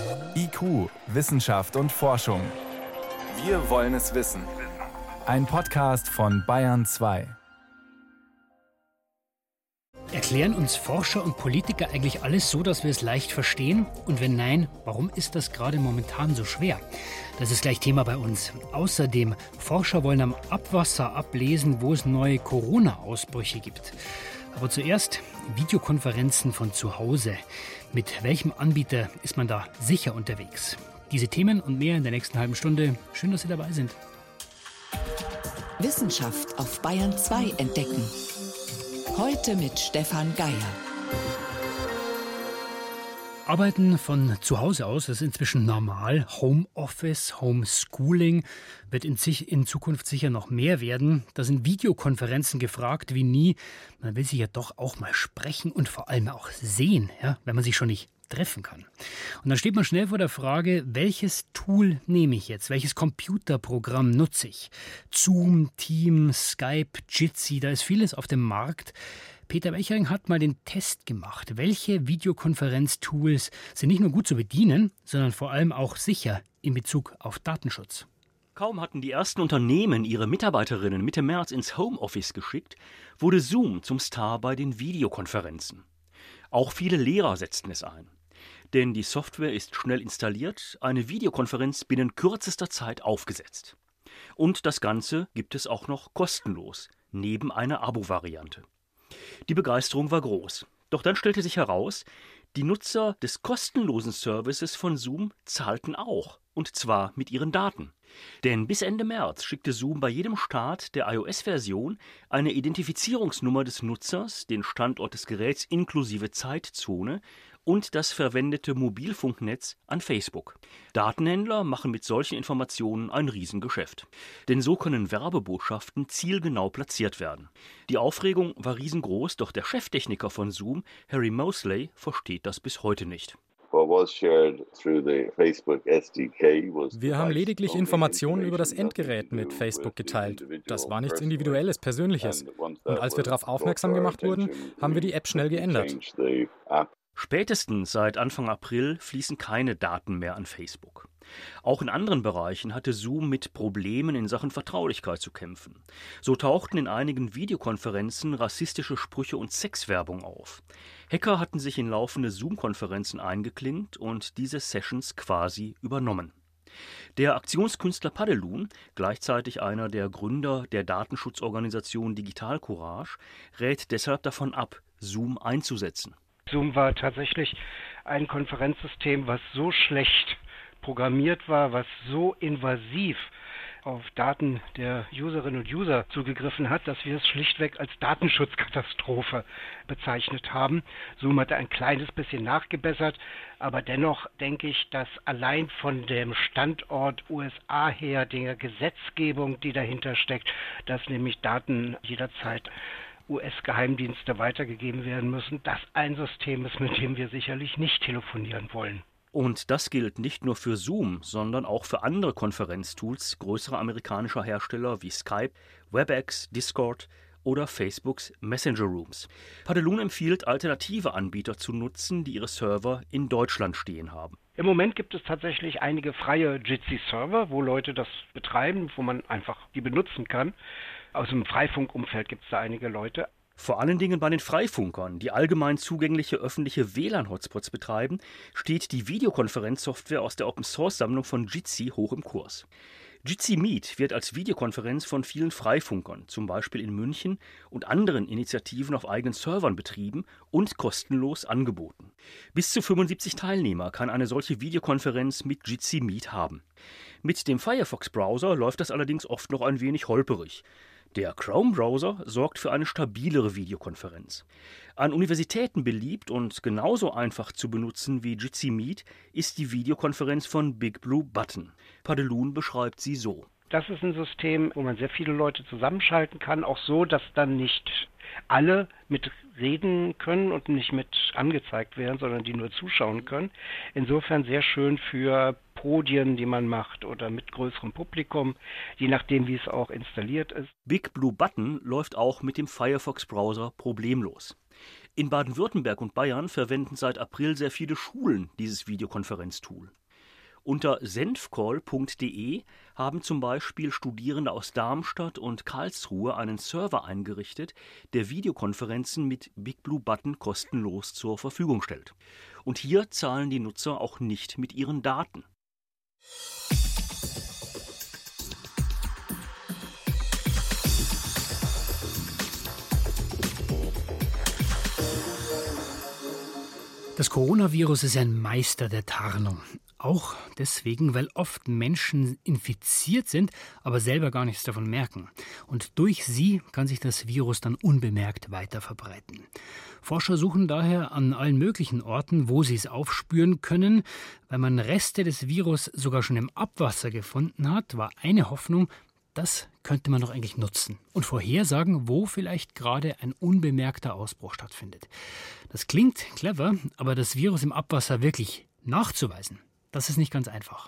IQ, Wissenschaft und Forschung. Wir wollen es wissen. Ein Podcast von Bayern 2. Erklären uns Forscher und Politiker eigentlich alles so, dass wir es leicht verstehen? Und wenn nein, warum ist das gerade momentan so schwer? Das ist gleich Thema bei uns. Außerdem, Forscher wollen am Abwasser ablesen, wo es neue Corona-Ausbrüche gibt. Aber zuerst Videokonferenzen von zu Hause. Mit welchem Anbieter ist man da sicher unterwegs? Diese Themen und mehr in der nächsten halben Stunde. Schön, dass Sie dabei sind. Wissenschaft auf Bayern 2 entdecken. Heute mit Stefan Geier. Arbeiten von zu Hause aus ist inzwischen normal. Homeoffice, Homeschooling wird in Zukunft sicher noch mehr werden. Da sind Videokonferenzen gefragt wie nie. Man will sich ja doch auch mal sprechen und vor allem auch sehen, ja, wenn man sich schon nicht treffen kann. Und dann steht man schnell vor der Frage, welches Tool nehme ich jetzt? Welches Computerprogramm nutze ich? Zoom, Teams, Skype, Jitsi, da ist vieles auf dem Markt. Peter Welchering hat mal den Test gemacht. Welche Videokonferenztools sind nicht nur gut zu bedienen, sondern vor allem auch sicher in Bezug auf Datenschutz? Kaum hatten die ersten Unternehmen ihre Mitarbeiterinnen Mitte März ins Homeoffice geschickt, wurde Zoom zum Star bei den Videokonferenzen. Auch viele Lehrer setzten es ein. Denn die Software ist schnell installiert, eine Videokonferenz binnen kürzester Zeit aufgesetzt. Und das Ganze gibt es auch noch kostenlos, neben einer Abo-Variante. Die Begeisterung war groß. Doch dann stellte sich heraus, die Nutzer des kostenlosen Services von Zoom zahlten auch. Und zwar mit ihren Daten. Denn bis Ende März schickte Zoom bei jedem Start der iOS-Version eine Identifizierungsnummer des Nutzers, den Standort des Geräts inklusive Zeitzone und das verwendete Mobilfunknetz an Facebook. Datenhändler machen mit solchen Informationen ein Riesengeschäft. Denn so können Werbebotschaften zielgenau platziert werden. Die Aufregung war riesengroß, doch der Cheftechniker von Zoom, Harry Moseley, versteht das bis heute nicht. Wir haben lediglich Informationen über das Endgerät mit Facebook geteilt. Das war nichts Individuelles, Persönliches. Und als wir darauf aufmerksam gemacht wurden, haben wir die App schnell geändert. Spätestens seit Anfang April fließen keine Daten mehr an Facebook. Auch in anderen Bereichen hatte Zoom mit Problemen in Sachen Vertraulichkeit zu kämpfen. So tauchten in einigen Videokonferenzen rassistische Sprüche und Sexwerbung auf. Hacker hatten sich in laufende Zoom-Konferenzen eingeklinkt und diese Sessions quasi übernommen. Der Aktionskünstler Padelun, gleichzeitig einer der Gründer der Datenschutzorganisation Digital Courage, rät deshalb davon ab, Zoom einzusetzen. Zoom war tatsächlich ein Konferenzsystem, was so schlecht programmiert war, was so invasiv auf Daten der Userinnen und User zugegriffen hat, dass wir es schlichtweg als Datenschutzkatastrophe bezeichnet haben. Zoom hatte ein kleines bisschen nachgebessert, aber dennoch denke ich, dass allein von dem Standort USA her, der Gesetzgebung, die dahinter steckt, dass nämlich Daten jederzeit US-Geheimdienste weitergegeben werden müssen, das ein System ist, mit dem wir sicherlich nicht telefonieren wollen. Und das gilt nicht nur für Zoom, sondern auch für andere Konferenztools größerer amerikanischer Hersteller wie Skype, WebEx, Discord oder Facebooks Messenger Rooms. Padelun empfiehlt, alternative Anbieter zu nutzen, die ihre Server in Deutschland stehen haben. Im Moment gibt es tatsächlich einige freie Jitsi-Server, wo Leute das betreiben, wo man einfach die benutzen kann. Aus dem Freifunkumfeld gibt es da einige Leute. Vor allen Dingen bei den Freifunkern, die allgemein zugängliche öffentliche WLAN-Hotspots betreiben, steht die Videokonferenzsoftware aus der Open-Source-Sammlung von Jitsi hoch im Kurs. Jitsi Meet wird als Videokonferenz von vielen Freifunkern, zum Beispiel in München, und anderen Initiativen auf eigenen Servern betrieben und kostenlos angeboten. Bis zu 75 Teilnehmer kann eine solche Videokonferenz mit Jitsi Meet haben. Mit dem Firefox-Browser läuft das allerdings oft noch ein wenig holperig. Der Chrome-Browser sorgt für eine stabilere Videokonferenz. An Universitäten beliebt und genauso einfach zu benutzen wie Jitsi Meet ist die Videokonferenz von Big Blue Button. Padelun beschreibt sie so. Das ist ein System, wo man sehr viele Leute zusammenschalten kann, auch so, dass dann nicht alle mitreden können und nicht mit angezeigt werden, sondern die nur zuschauen können. Insofern sehr schön für Podien, die man macht oder mit größerem Publikum, je nachdem, wie es auch installiert ist. Big Blue Button läuft auch mit dem Firefox-Browser problemlos. In Baden-Württemberg und Bayern verwenden seit April sehr viele Schulen dieses Videokonferenztool. Unter senfcall.de haben zum Beispiel Studierende aus Darmstadt und Karlsruhe einen Server eingerichtet, der Videokonferenzen mit Big Blue Button kostenlos zur Verfügung stellt. Und hier zahlen die Nutzer auch nicht mit ihren Daten. Das Coronavirus ist ein Meister der Tarnung. Auch deswegen, weil oft Menschen infiziert sind, aber selber gar nichts davon merken. Und durch sie kann sich das Virus dann unbemerkt weiter verbreiten. Forscher suchen daher an allen möglichen Orten, wo sie es aufspüren können. Weil man Reste des Virus sogar schon im Abwasser gefunden hat, war eine Hoffnung, das könnte man doch eigentlich nutzen und vorhersagen, wo vielleicht gerade ein unbemerkter Ausbruch stattfindet. Das klingt clever, aber das Virus im Abwasser wirklich nachzuweisen, das ist nicht ganz einfach.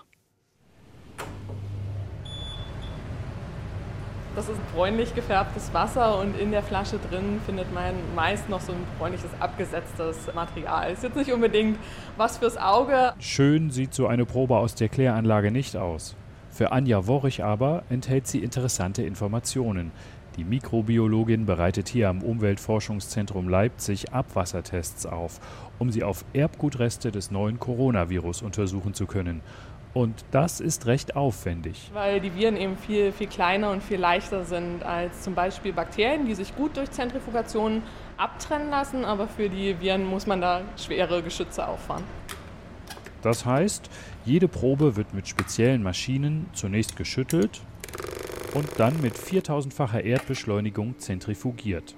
Das ist bräunlich gefärbtes Wasser und in der Flasche drin findet man meist noch so ein bräunliches, abgesetztes Material. Ist jetzt nicht unbedingt was fürs Auge. Schön sieht so eine Probe aus der Kläranlage nicht aus. Für Anja Worrich aber enthält sie interessante Informationen. Die Mikrobiologin bereitet hier am Umweltforschungszentrum Leipzig Abwassertests auf, um sie auf Erbgutreste des neuen Coronavirus untersuchen zu können. Und das ist recht aufwendig. Weil die Viren eben viel, viel kleiner und viel leichter sind als zum Beispiel Bakterien, die sich gut durch Zentrifugation abtrennen lassen. Aber für die Viren muss man da schwere Geschütze auffahren. Das heißt, jede Probe wird mit speziellen Maschinen zunächst geschüttelt und dann mit 4000-facher Erdbeschleunigung zentrifugiert.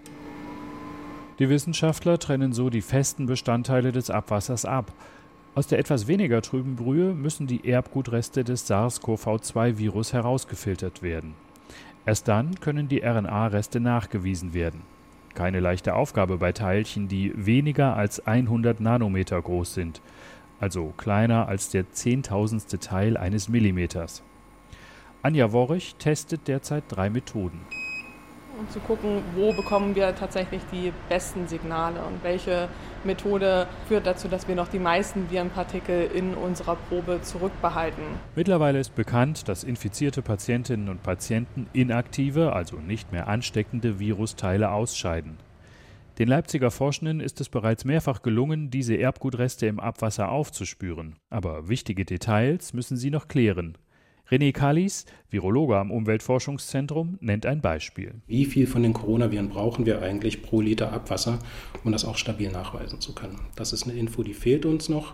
Die Wissenschaftler trennen so die festen Bestandteile des Abwassers ab. Aus der etwas weniger trüben Brühe müssen die Erbgutreste des SARS-CoV-2-Virus herausgefiltert werden. Erst dann können die RNA-Reste nachgewiesen werden. Keine leichte Aufgabe bei Teilchen, die weniger als 100 Nanometer groß sind. Also kleiner als der 10.000. Teil eines Millimeters. Anja Worrich testet derzeit 3 Methoden. Um zu gucken, wo bekommen wir tatsächlich die besten Signale und welche Methode führt dazu, dass wir noch die meisten Virenpartikel in unserer Probe zurückbehalten. Mittlerweile ist bekannt, dass infizierte Patientinnen und Patienten inaktive, also nicht mehr ansteckende Virusteile ausscheiden. Den Leipziger Forschenden ist es bereits mehrfach gelungen, diese Erbgutreste im Abwasser aufzuspüren. Aber wichtige Details müssen sie noch klären. René Kallis, Virologe am Umweltforschungszentrum, nennt ein Beispiel. Wie viel von den Coronaviren brauchen wir eigentlich pro Liter Abwasser, um das auch stabil nachweisen zu können? Das ist eine Info, die fehlt uns noch.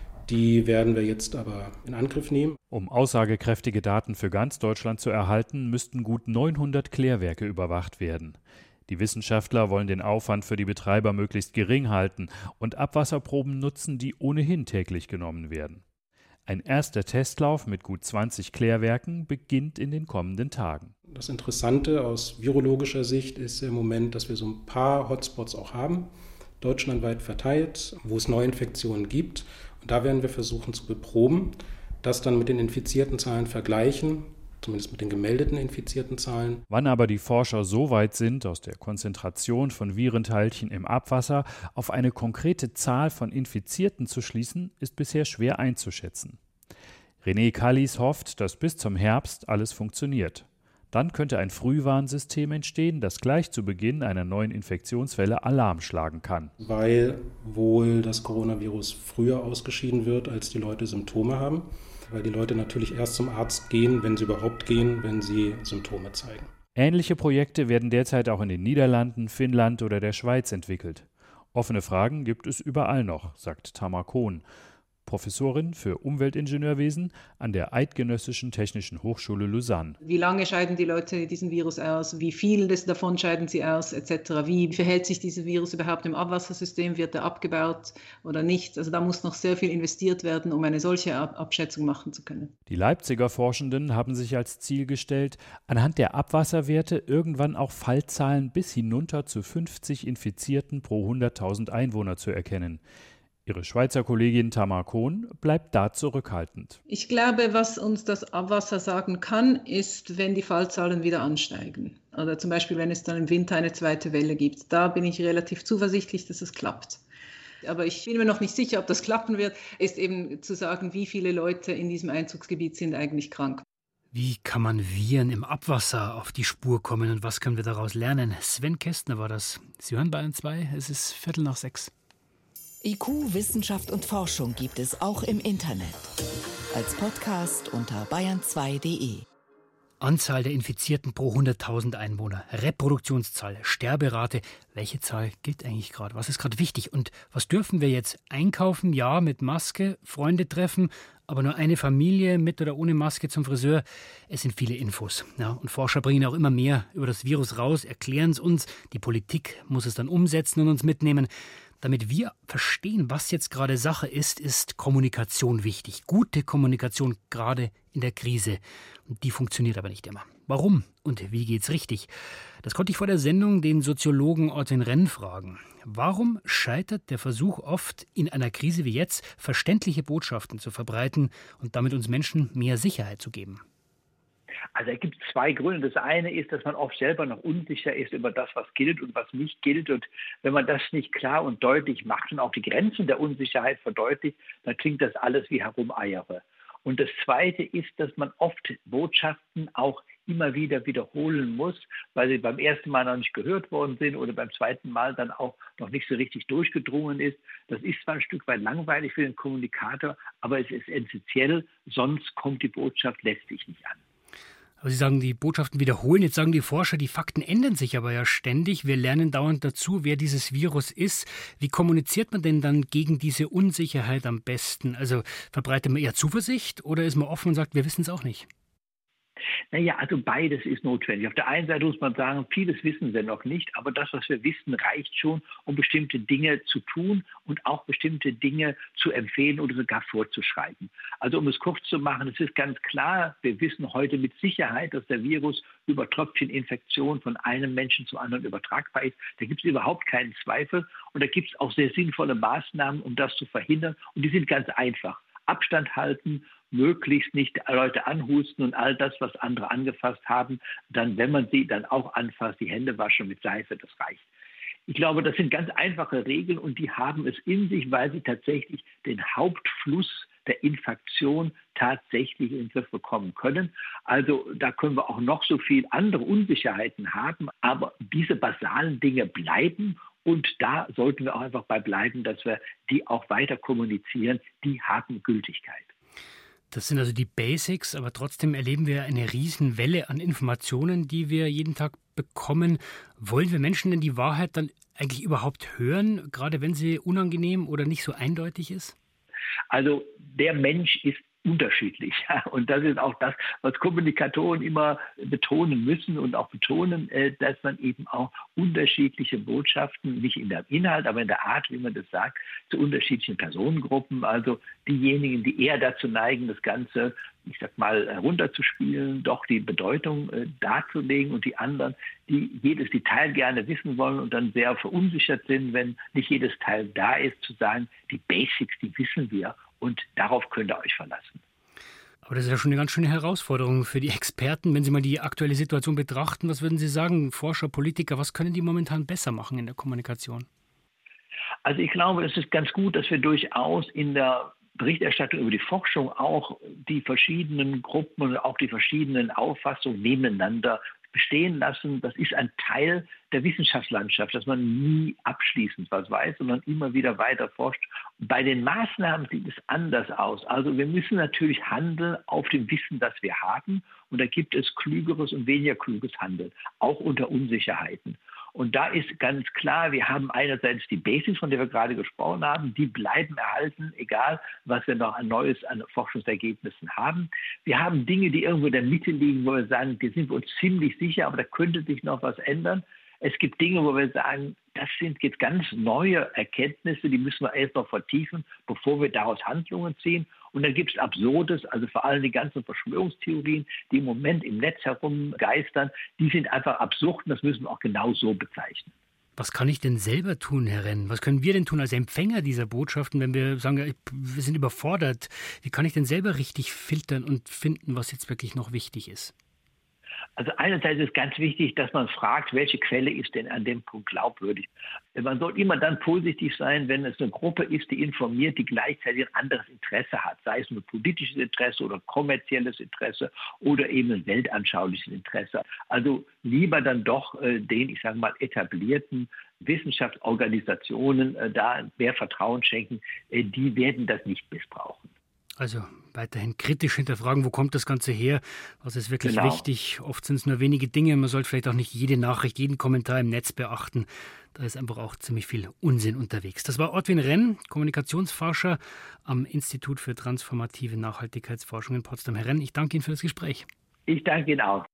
Die werden wir jetzt aber in Angriff nehmen. Um aussagekräftige Daten für ganz Deutschland zu erhalten, müssten gut 900 Klärwerke überwacht werden. Die Wissenschaftler wollen den Aufwand für die Betreiber möglichst gering halten und Abwasserproben nutzen, die ohnehin täglich genommen werden. Ein erster Testlauf mit gut 20 Klärwerken beginnt in den kommenden Tagen. Das Interessante aus virologischer Sicht ist im Moment, dass wir so ein paar Hotspots auch haben, deutschlandweit verteilt, wo es Neuinfektionen gibt. Und da werden wir versuchen zu beproben, das dann mit den infizierten Zahlen vergleichen, zumindest mit den gemeldeten infizierten Zahlen. Wann aber die Forscher so weit sind, aus der Konzentration von Virenteilchen im Abwasser auf eine konkrete Zahl von Infizierten zu schließen, ist bisher schwer einzuschätzen. René Kallis hofft, dass bis zum Herbst alles funktioniert. Dann könnte ein Frühwarnsystem entstehen, das gleich zu Beginn einer neuen Infektionswelle Alarm schlagen kann. Weil wohl das Coronavirus früher ausgeschieden wird, als die Leute Symptome haben. Weil die Leute natürlich erst zum Arzt gehen, wenn sie überhaupt gehen, wenn sie Symptome zeigen. Ähnliche Projekte werden derzeit auch in den Niederlanden, Finnland oder der Schweiz entwickelt. Offene Fragen gibt es überall noch, sagt Tamar Kohn, Professorin für Umweltingenieurwesen an der Eidgenössischen Technischen Hochschule Lausanne. Wie lange scheiden die Leute diesen Virus aus? Wie viel davon scheiden sie aus, etc.? Wie verhält sich dieser Virus überhaupt im Abwassersystem? Wird er abgebaut oder nicht? Also da muss noch sehr viel investiert werden, um eine solche Abschätzung machen zu können. Die Leipziger Forschenden haben sich als Ziel gestellt, anhand der Abwasserwerte irgendwann auch Fallzahlen bis hinunter zu 50 Infizierten pro 100.000 Einwohner zu erkennen. Ihre Schweizer Kollegin Tamar Kohn bleibt da zurückhaltend. Ich glaube, was uns das Abwasser sagen kann, ist, wenn die Fallzahlen wieder ansteigen. Oder zum Beispiel, wenn es dann im Winter eine zweite Welle gibt. Da bin ich relativ zuversichtlich, dass es klappt. Aber ich bin mir noch nicht sicher, ob das klappen wird, ist eben zu sagen, wie viele Leute in diesem Einzugsgebiet sind eigentlich krank. Wie kann man Viren im Abwasser auf die Spur kommen und was können wir daraus lernen? Sven Kästner war das. Sie hören Bayern 2, es ist 5:45. IQ, Wissenschaft und Forschung gibt es auch im Internet. Als Podcast unter bayern2.de. Anzahl der Infizierten pro 100.000 Einwohner, Reproduktionszahl, Sterberate. Welche Zahl gilt eigentlich gerade? Was ist gerade wichtig? Und was dürfen wir jetzt einkaufen? Ja, mit Maske, Freunde treffen, aber nur eine Familie mit oder ohne Maske zum Friseur. Es sind viele Infos. Ja, und Forscher bringen auch immer mehr über das Virus raus, erklären es uns. Die Politik muss es dann umsetzen und uns mitnehmen. Damit wir verstehen, was jetzt gerade Sache ist Kommunikation wichtig. Gute Kommunikation, gerade in der Krise. Und die funktioniert aber nicht immer. Warum und wie geht's richtig? Das konnte ich vor der Sendung den Soziologen Ortwin Renn fragen. Warum scheitert der Versuch oft, in einer Krise wie jetzt verständliche Botschaften zu verbreiten und damit uns Menschen mehr Sicherheit zu geben? Also es gibt zwei Gründe. Das eine ist, dass man oft selber noch unsicher ist über das, was gilt und was nicht gilt. Und wenn man das nicht klar und deutlich macht und auch die Grenzen der Unsicherheit verdeutlicht, dann klingt das alles wie Herumeiere. Und das Zweite ist, dass man oft Botschaften auch immer wieder wiederholen muss, weil sie beim ersten Mal noch nicht gehört worden sind oder beim zweiten Mal dann auch noch nicht so richtig durchgedrungen ist. Das ist zwar ein Stück weit langweilig für den Kommunikator, aber es ist essentiell, sonst kommt die Botschaft letztlich nicht an. Aber Sie sagen, die Botschaften wiederholen. Jetzt sagen die Forscher, die Fakten ändern sich aber ja ständig. Wir lernen dauernd dazu, wer dieses Virus ist. Wie kommuniziert man denn dann gegen diese Unsicherheit am besten? Also verbreitet man eher Zuversicht oder ist man offen und sagt, wir wissen es auch nicht? Naja, also beides ist notwendig. Auf der einen Seite muss man sagen, vieles wissen wir noch nicht, aber das, was wir wissen, reicht schon, um bestimmte Dinge zu tun und auch bestimmte Dinge zu empfehlen oder sogar vorzuschreiben. Also um es kurz zu machen, es ist ganz klar, wir wissen heute mit Sicherheit, dass der Virus über Tröpfcheninfektion von einem Menschen zu anderen übertragbar ist. Da gibt es überhaupt keinen Zweifel und da gibt es auch sehr sinnvolle Maßnahmen, um das zu verhindern und die sind ganz einfach. Abstand halten, möglichst nicht Leute anhusten und all das, was andere angefasst haben, dann, wenn man sie dann auch anfasst, die Hände waschen mit Seife, das reicht. Ich glaube, das sind ganz einfache Regeln und die haben es in sich, weil sie tatsächlich den Hauptfluss der Infektion tatsächlich in den Griff bekommen können. Also da können wir auch noch so viel andere Unsicherheiten haben, aber diese basalen Dinge bleiben. Und da sollten wir auch einfach bei bleiben, dass wir die auch weiter kommunizieren. Die haben Gültigkeit. Das sind also die Basics, aber trotzdem erleben wir eine Riesenwelle an Informationen, die wir jeden Tag bekommen. Wollen wir Menschen denn die Wahrheit dann eigentlich überhaupt hören, gerade wenn sie unangenehm oder nicht so eindeutig ist? Also der Mensch ist unterschiedlich. Und das ist auch das, was Kommunikatoren immer betonen müssen und auch betonen, dass man eben auch unterschiedliche Botschaften, nicht in der Inhalt, aber in der Art, wie man das sagt, zu unterschiedlichen Personengruppen, also diejenigen, die eher dazu neigen, das Ganze, ich sag mal, runterzuspielen, doch die Bedeutung darzulegen und die anderen, die jedes Detail gerne wissen wollen und dann sehr verunsichert sind, wenn nicht jedes Teil da ist, zu sagen, die Basics, die wissen wir. Und darauf könnt ihr euch verlassen. Aber das ist ja schon eine ganz schöne Herausforderung für die Experten, wenn Sie mal die aktuelle Situation betrachten. Was würden Sie sagen, Forscher, Politiker, was können die momentan besser machen in der Kommunikation? Also ich glaube, es ist ganz gut, dass wir durchaus in der Berichterstattung über die Forschung auch die verschiedenen Gruppen und auch die verschiedenen Auffassungen nebeneinander bestehen lassen. Das ist ein Teil der Wissenschaftslandschaft, dass man nie abschließend was weiß, sondern immer wieder weiter forscht. Bei den Maßnahmen sieht es anders aus. Also wir müssen natürlich handeln auf dem Wissen, das wir haben. Und da gibt es klügeres und weniger kluges Handeln, auch unter Unsicherheiten. Und da ist ganz klar, wir haben einerseits die Basics, von der wir gerade gesprochen haben, die bleiben erhalten, egal was wir noch an Neues an Forschungsergebnissen haben. Wir haben Dinge, die irgendwo in der Mitte liegen, wo wir sagen, da sind wir uns ziemlich sicher, aber da könnte sich noch was ändern. Es gibt Dinge, wo wir sagen, das sind jetzt ganz neue Erkenntnisse, die müssen wir erst noch vertiefen, bevor wir daraus Handlungen ziehen. Und dann gibt es Absurdes, also vor allem die ganzen Verschwörungstheorien, die im Moment im Netz herumgeistern, die sind einfach absurd und das müssen wir auch genau so bezeichnen. Was kann ich denn selber tun, Herr Renn? Was können wir denn tun als Empfänger dieser Botschaften, wenn wir sagen, wir sind überfordert? Wie kann ich denn selber richtig filtern und finden, was jetzt wirklich noch wichtig ist? Also einerseits ist ganz wichtig, dass man fragt, welche Quelle ist denn an dem Punkt glaubwürdig. Man soll immer dann vorsichtig sein, wenn es eine Gruppe ist, die informiert, die gleichzeitig ein anderes Interesse hat, sei es ein politisches Interesse oder kommerzielles Interesse oder eben ein weltanschauliches Interesse. Also lieber dann doch den, ich sage mal, etablierten Wissenschaftsorganisationen da mehr Vertrauen schenken, die werden das nicht missbrauchen. Also weiterhin kritisch hinterfragen, wo kommt das Ganze her, was ist wirklich wichtig. Oft sind es nur wenige Dinge, man sollte vielleicht auch nicht jede Nachricht, jeden Kommentar im Netz beachten. Da ist einfach auch ziemlich viel Unsinn unterwegs. Das war Ortwin Renn, Kommunikationsforscher am Institut für transformative Nachhaltigkeitsforschung in Potsdam. Herr Renn, ich danke Ihnen für das Gespräch. Ich danke Ihnen auch.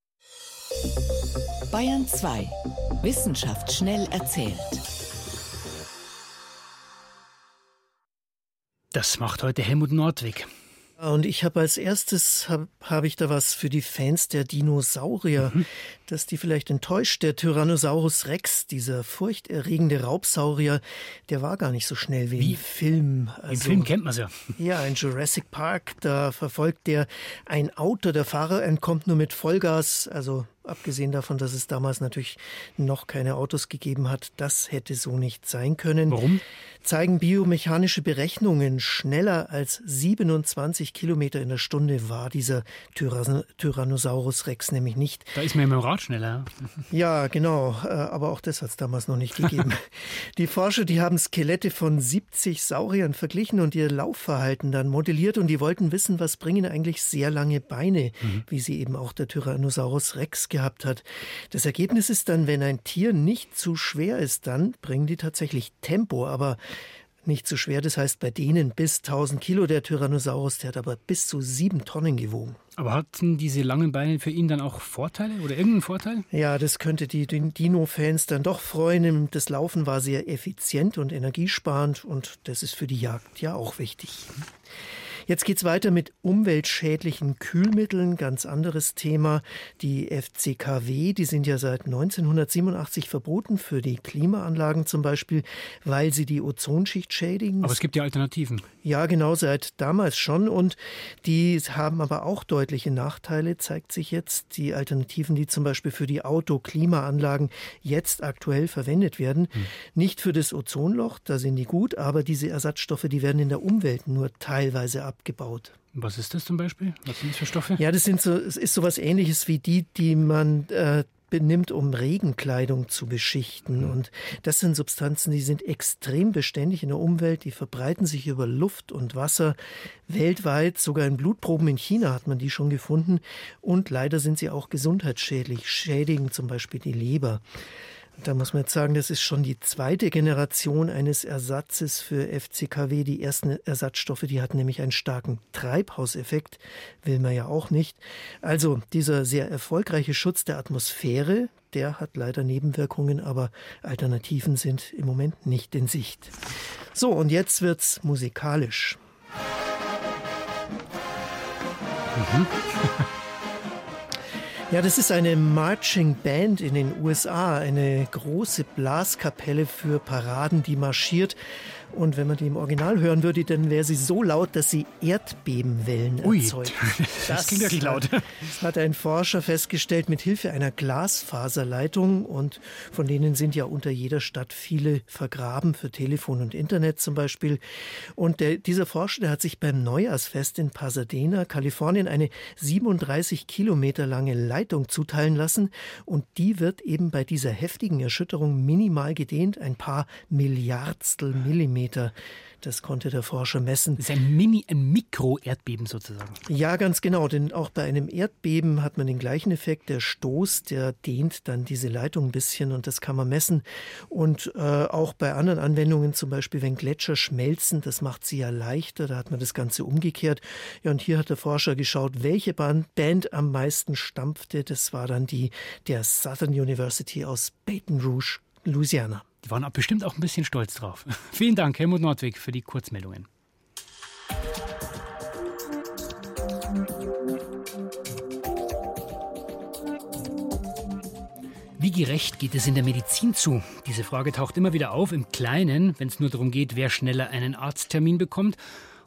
Bayern 2. Wissenschaft schnell erzählt. Das macht heute Helmut Nordwig. Und ich habe als erstes habe ich da was für die Fans der Dinosaurier, dass die vielleicht enttäuscht. Der Tyrannosaurus Rex, dieser furchterregende Raubsaurier, der war gar nicht so schnell wie im Film. Also, im Film kennt man es ja. Ja, in Jurassic Park, da verfolgt der ein Auto, der Fahrer entkommt nur mit Vollgas, also abgesehen davon, dass es damals natürlich noch keine Autos gegeben hat, das hätte so nicht sein können. Warum? Zeigen biomechanische Berechnungen, schneller als 27 Kilometer in der Stunde war dieser Tyrannosaurus Rex nämlich nicht. Da ist man ja mit dem Rad schneller. Ja, genau, aber auch das hat es damals noch nicht gegeben. Die Forscher, die haben Skelette von 70 Sauriern verglichen und ihr Laufverhalten dann modelliert und die wollten wissen, was bringen eigentlich sehr lange Beine, wie sie eben auch der Tyrannosaurus Rex gehabt hat. Das Ergebnis ist dann, wenn ein Tier nicht zu schwer ist, dann bringen die tatsächlich Tempo, aber nicht zu schwer, das heißt bei denen bis 1000 Kilo. Der Tyrannosaurus, der hat aber bis zu 7 Tonnen gewogen. Aber hatten diese langen Beine für ihn dann auch Vorteile oder irgendeinen Vorteil? Ja, das könnte die Dino-Fans dann doch freuen. Das Laufen war sehr effizient und energiesparend und das ist für die Jagd ja auch wichtig. Jetzt geht's weiter mit umweltschädlichen Kühlmitteln, ganz anderes Thema. Die FCKW, die sind ja seit 1987 verboten für die Klimaanlagen zum Beispiel, weil sie die Ozonschicht schädigen. Aber es gibt ja Alternativen. Ja, genau, seit damals schon und die haben aber auch deutliche Nachteile, zeigt sich jetzt. Die Alternativen, die zum Beispiel für die Klimaanlagen jetzt aktuell verwendet werden, nicht für das Ozonloch, da sind die gut, aber diese Ersatzstoffe, die werden in der Umwelt nur teilweise abgebaut. Was ist das zum Beispiel? Was sind das für Stoffe? Ja, es ist sowas Ähnliches wie die man benimmt, um Regenkleidung zu beschichten. Und das sind Substanzen, die sind extrem beständig in der Umwelt, die verbreiten sich über Luft und Wasser weltweit. Sogar in Blutproben in China hat man die schon gefunden. Und leider sind sie auch gesundheitsschädlich, schädigen zum Beispiel die Leber. Da muss man jetzt sagen, das ist schon die zweite Generation eines Ersatzes für FCKW. Die ersten Ersatzstoffe, die hatten nämlich einen starken Treibhauseffekt, will man ja auch nicht. Also dieser sehr erfolgreiche Schutz der Atmosphäre, der hat leider Nebenwirkungen, aber Alternativen sind im Moment nicht in Sicht. So, und jetzt wird's musikalisch. Ja, das ist eine Marching Band in den USA, eine große Blaskapelle für Paraden, die marschiert. Und wenn man die im Original hören würde, dann wäre sie so laut, dass sie Erdbebenwellen erzeugt. Das klingt wirklich laut. Das hat ein Forscher festgestellt mit Hilfe einer Glasfaserleitung. Und von denen sind ja unter jeder Stadt viele vergraben, für Telefon und Internet zum Beispiel. Und dieser Forscher, der hat sich beim Neujahrsfest in Pasadena, Kalifornien, eine 37 Kilometer lange Leitung zuteilen lassen. Und die wird eben bei dieser heftigen Erschütterung minimal gedehnt, ein paar Milliardstel Millimeter. Das konnte der Forscher messen. Das ist ein Mikro-Erdbeben sozusagen. Ja, ganz genau, denn auch bei einem Erdbeben hat man den gleichen Effekt. Der Stoß, der dehnt dann diese Leitung ein bisschen und das kann man messen. Und auch bei anderen Anwendungen, zum Beispiel wenn Gletscher schmelzen, das macht sie ja leichter, da hat man das Ganze umgekehrt. Ja, und hier hat der Forscher geschaut, welche Band am meisten stampfte. Das war dann die der Southern University aus Baton Rouge, Louisiana. Die waren bestimmt auch ein bisschen stolz drauf. Vielen Dank, Helmut Nordwig, für die Kurzmeldungen. Wie gerecht geht es in der Medizin zu? Diese Frage taucht immer wieder auf, im Kleinen, wenn es nur darum geht, wer schneller einen Arzttermin bekommt.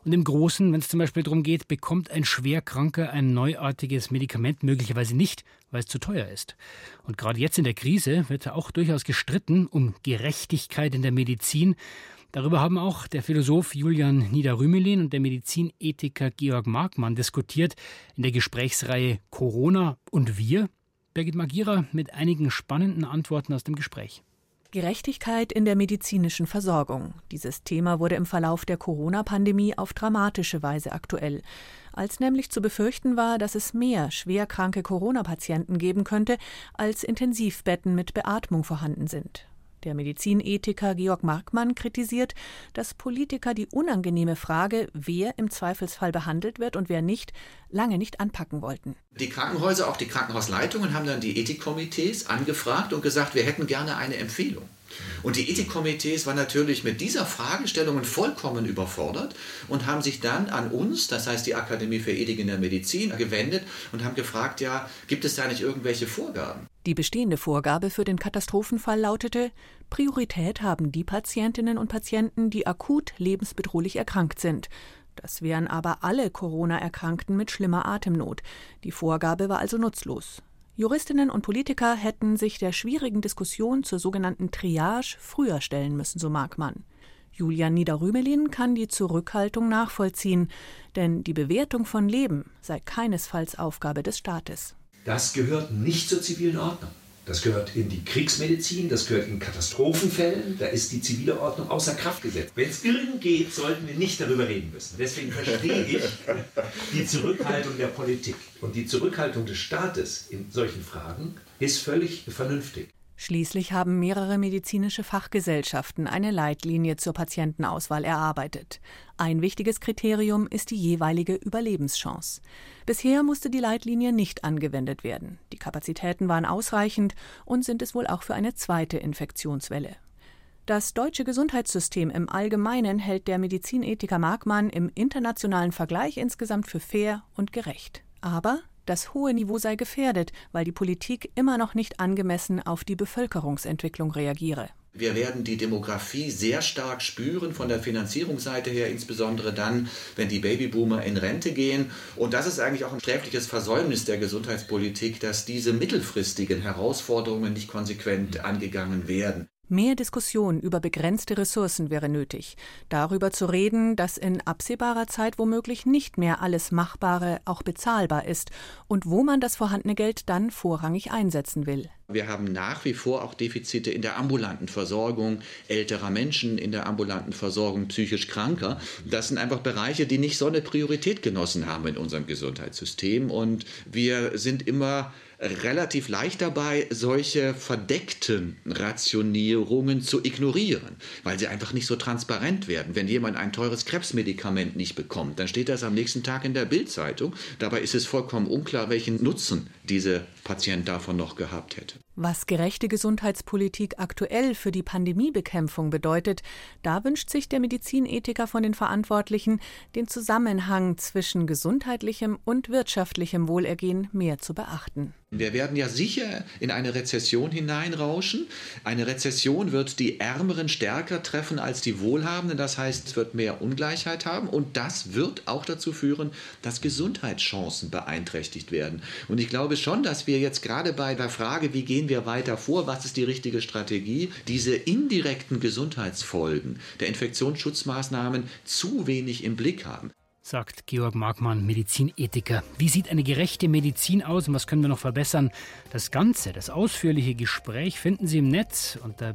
Und im Großen, wenn es zum Beispiel darum geht, bekommt ein Schwerkranker ein neuartiges Medikament möglicherweise nicht, weil es zu teuer ist. Und gerade jetzt in der Krise wird auch durchaus gestritten um Gerechtigkeit in der Medizin. Darüber haben auch der Philosoph Julian Niederrümelin und der Medizinethiker Georg Markmann diskutiert in der Gesprächsreihe Corona und wir. Birgit Magira mit einigen spannenden Antworten aus dem Gespräch. Gerechtigkeit in der medizinischen Versorgung. Dieses Thema wurde im Verlauf der Corona-Pandemie auf dramatische Weise aktuell. Als nämlich zu befürchten war, dass es mehr schwerkranke Corona-Patienten geben könnte, als Intensivbetten mit Beatmung vorhanden sind. Der Medizinethiker Georg Markmann kritisiert, dass Politiker die unangenehme Frage, wer im Zweifelsfall behandelt wird und wer nicht, lange nicht anpacken wollten. Die Krankenhäuser, auch die Krankenhausleitungen, haben dann die Ethikkomitees angefragt und gesagt, wir hätten gerne eine Empfehlung. Und die Ethikkomitees waren natürlich mit dieser Fragestellung vollkommen überfordert und haben sich dann an uns, das heißt die Akademie für Ethik in der Medizin, gewendet und haben gefragt, ja, gibt es da nicht irgendwelche Vorgaben? Die bestehende Vorgabe für den Katastrophenfall lautete: Priorität haben die Patientinnen und Patienten, die akut lebensbedrohlich erkrankt sind. Das wären aber alle Corona-Erkrankten mit schlimmer Atemnot. Die Vorgabe war also nutzlos. Juristinnen und Politiker hätten sich der schwierigen Diskussion zur sogenannten Triage früher stellen müssen, so Markmann. Julian Niederrümelin kann die Zurückhaltung nachvollziehen, denn die Bewertung von Leben sei keinesfalls Aufgabe des Staates. Das gehört nicht zur zivilen Ordnung. Das gehört in die Kriegsmedizin, das gehört in Katastrophenfällen, da ist die zivile Ordnung außer Kraft gesetzt. Wenn es irgend geht, sollten wir nicht darüber reden müssen. Deswegen verstehe ich die Zurückhaltung der Politik. Und die Zurückhaltung des Staates in solchen Fragen ist völlig vernünftig. Schließlich haben mehrere medizinische Fachgesellschaften eine Leitlinie zur Patientenauswahl erarbeitet. Ein wichtiges Kriterium ist die jeweilige Überlebenschance. Bisher musste die Leitlinie nicht angewendet werden. Die Kapazitäten waren ausreichend und sind es wohl auch für eine zweite Infektionswelle. Das deutsche Gesundheitssystem im Allgemeinen hält der Medizinethiker Markmann im internationalen Vergleich insgesamt für fair und gerecht. Aber das hohe Niveau sei gefährdet, weil die Politik immer noch nicht angemessen auf die Bevölkerungsentwicklung reagiere. Wir werden die Demografie sehr stark spüren, von der Finanzierungsseite her, insbesondere dann, wenn die Babyboomer in Rente gehen. Und das ist eigentlich auch ein sträfliches Versäumnis der Gesundheitspolitik, dass diese mittelfristigen Herausforderungen nicht konsequent angegangen werden. Mehr Diskussion über begrenzte Ressourcen wäre nötig. Darüber zu reden, dass in absehbarer Zeit womöglich nicht mehr alles Machbare auch bezahlbar ist und wo man das vorhandene Geld dann vorrangig einsetzen will. Wir haben nach wie vor auch Defizite in der ambulanten Versorgung älterer Menschen, in der ambulanten Versorgung psychisch Kranker. Das sind einfach Bereiche, die nicht so eine Priorität genossen haben in unserem Gesundheitssystem. Und wir sind immer relativ leicht dabei, solche verdeckten Rationierungen zu ignorieren, weil sie einfach nicht so transparent werden. Wenn jemand ein teures Krebsmedikament nicht bekommt, dann steht das am nächsten Tag in der Bild-Zeitung. Dabei ist es vollkommen unklar, welchen Nutzen dieser Patient davon noch gehabt hätte. Was gerechte Gesundheitspolitik aktuell für die Pandemiebekämpfung bedeutet, da wünscht sich der Medizinethiker von den Verantwortlichen, den Zusammenhang zwischen gesundheitlichem und wirtschaftlichem Wohlergehen mehr zu beachten. Wir werden ja sicher in eine Rezession hineinrauschen. Eine Rezession wird die Ärmeren stärker treffen als die Wohlhabenden. Das heißt, es wird mehr Ungleichheit haben und das wird auch dazu führen, dass Gesundheitschancen beeinträchtigt werden. Und ich glaube schon, dass wir jetzt gerade bei der Frage, wie gehen wir weiter vor, was ist die richtige Strategie, diese indirekten Gesundheitsfolgen der Infektionsschutzmaßnahmen zu wenig im Blick haben. Sagt Georg Markmann, Medizinethiker. Wie sieht eine gerechte Medizin aus und was können wir noch verbessern? Das ausführliche Gespräch finden Sie im Netz unter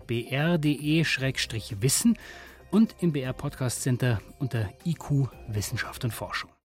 br.de/wissen und im BR Podcast Center unter IQ Wissenschaft und Forschung.